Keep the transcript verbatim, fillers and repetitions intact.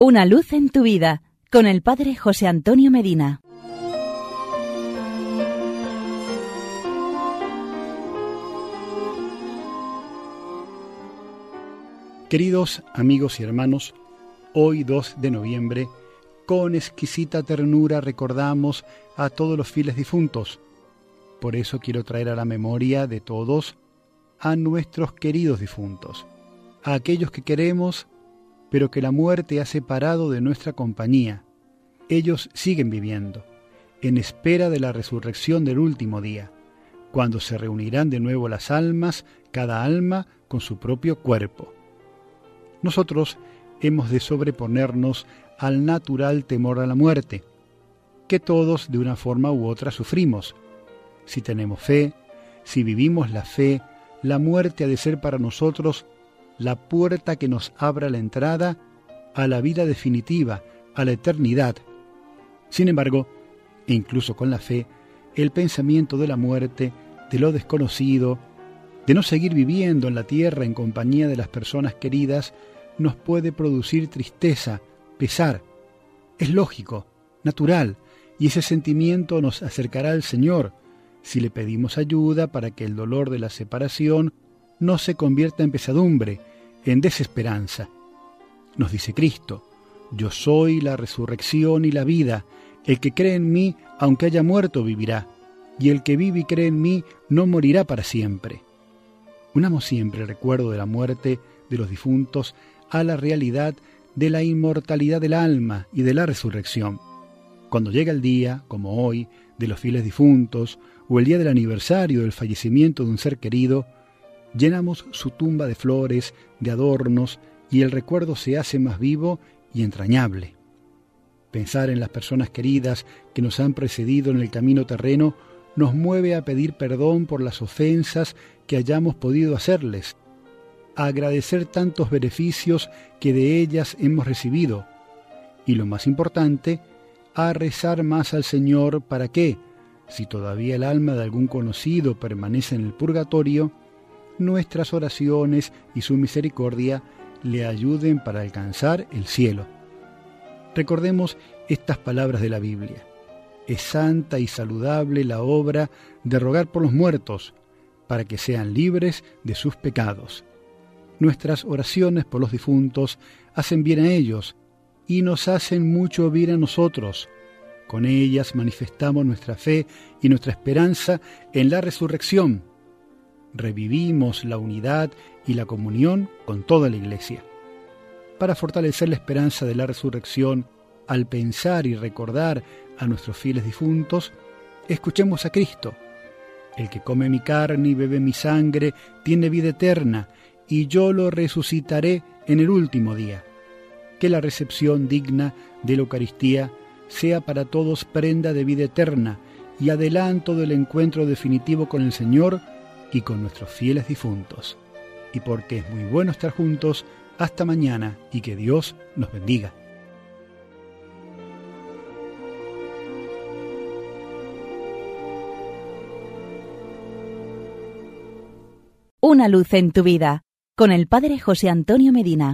Una luz en tu vida, con el Padre José Antonio Medina. Queridos amigos y hermanos, hoy dos de noviembre, con exquisita ternura recordamos a todos los fieles difuntos. Por eso quiero traer a la memoria de todos a nuestros queridos difuntos, a aquellos que queremos, pero que la muerte ha separado de nuestra compañía. Ellos siguen viviendo, en espera de la resurrección del último día, cuando se reunirán de nuevo las almas, cada alma con su propio cuerpo. Nosotros hemos de sobreponernos al natural temor a la muerte, que todos de una forma u otra sufrimos. Si tenemos fe, si vivimos la fe, la muerte ha de ser para nosotros la puerta que nos abra la entrada a la vida definitiva, a la eternidad. Sin embargo, incluso con la fe, el pensamiento de la muerte, de lo desconocido, de no seguir viviendo en la tierra en compañía de las personas queridas, nos puede producir tristeza, pesar. Es lógico, natural, y ese sentimiento nos acercará al Señor si le pedimos ayuda para que el dolor de la separación no se convierta en pesadumbre, en desesperanza. Nos dice Cristo: yo soy la resurrección y la vida, el que cree en mí, aunque haya muerto, vivirá, y el que vive y cree en mí, no morirá para siempre. Unamos siempre el recuerdo de la muerte de los difuntos a la realidad de la inmortalidad del alma y de la resurrección. Cuando llega el día, como hoy, de los fieles difuntos, o el día del aniversario del fallecimiento de un ser querido, llenamos su tumba de flores, de adornos, y el recuerdo se hace más vivo y entrañable. Pensar en las personas queridas que nos han precedido en el camino terreno nos mueve a pedir perdón por las ofensas que hayamos podido hacerles, a agradecer tantos beneficios que de ellas hemos recibido, y lo más importante, a rezar más al Señor para que, si todavía el alma de algún conocido permanece en el purgatorio, nuestras oraciones y su misericordia le ayuden para alcanzar el cielo. Recordemos estas palabras de la Biblia: es santa y saludable la obra de rogar por los muertos, para que sean libres de sus pecados. Nuestras oraciones por los difuntos hacen bien a ellos y nos hacen mucho bien a nosotros. Con ellas manifestamos nuestra fe y nuestra esperanza en la resurrección. Revivimos la unidad y la comunión con toda la Iglesia. Para fortalecer la esperanza de la resurrección, al pensar y recordar a nuestros fieles difuntos, escuchemos a Cristo: el que come mi carne y bebe mi sangre tiene vida eterna, y yo lo resucitaré en el último día. Que la recepción digna de la Eucaristía sea para todos prenda de vida eterna y adelanto del encuentro definitivo con el Señor y con nuestros fieles difuntos. Y porque es muy bueno estar juntos, hasta mañana, y que Dios nos bendiga. Una luz en tu vida, con el Padre José Antonio Medina.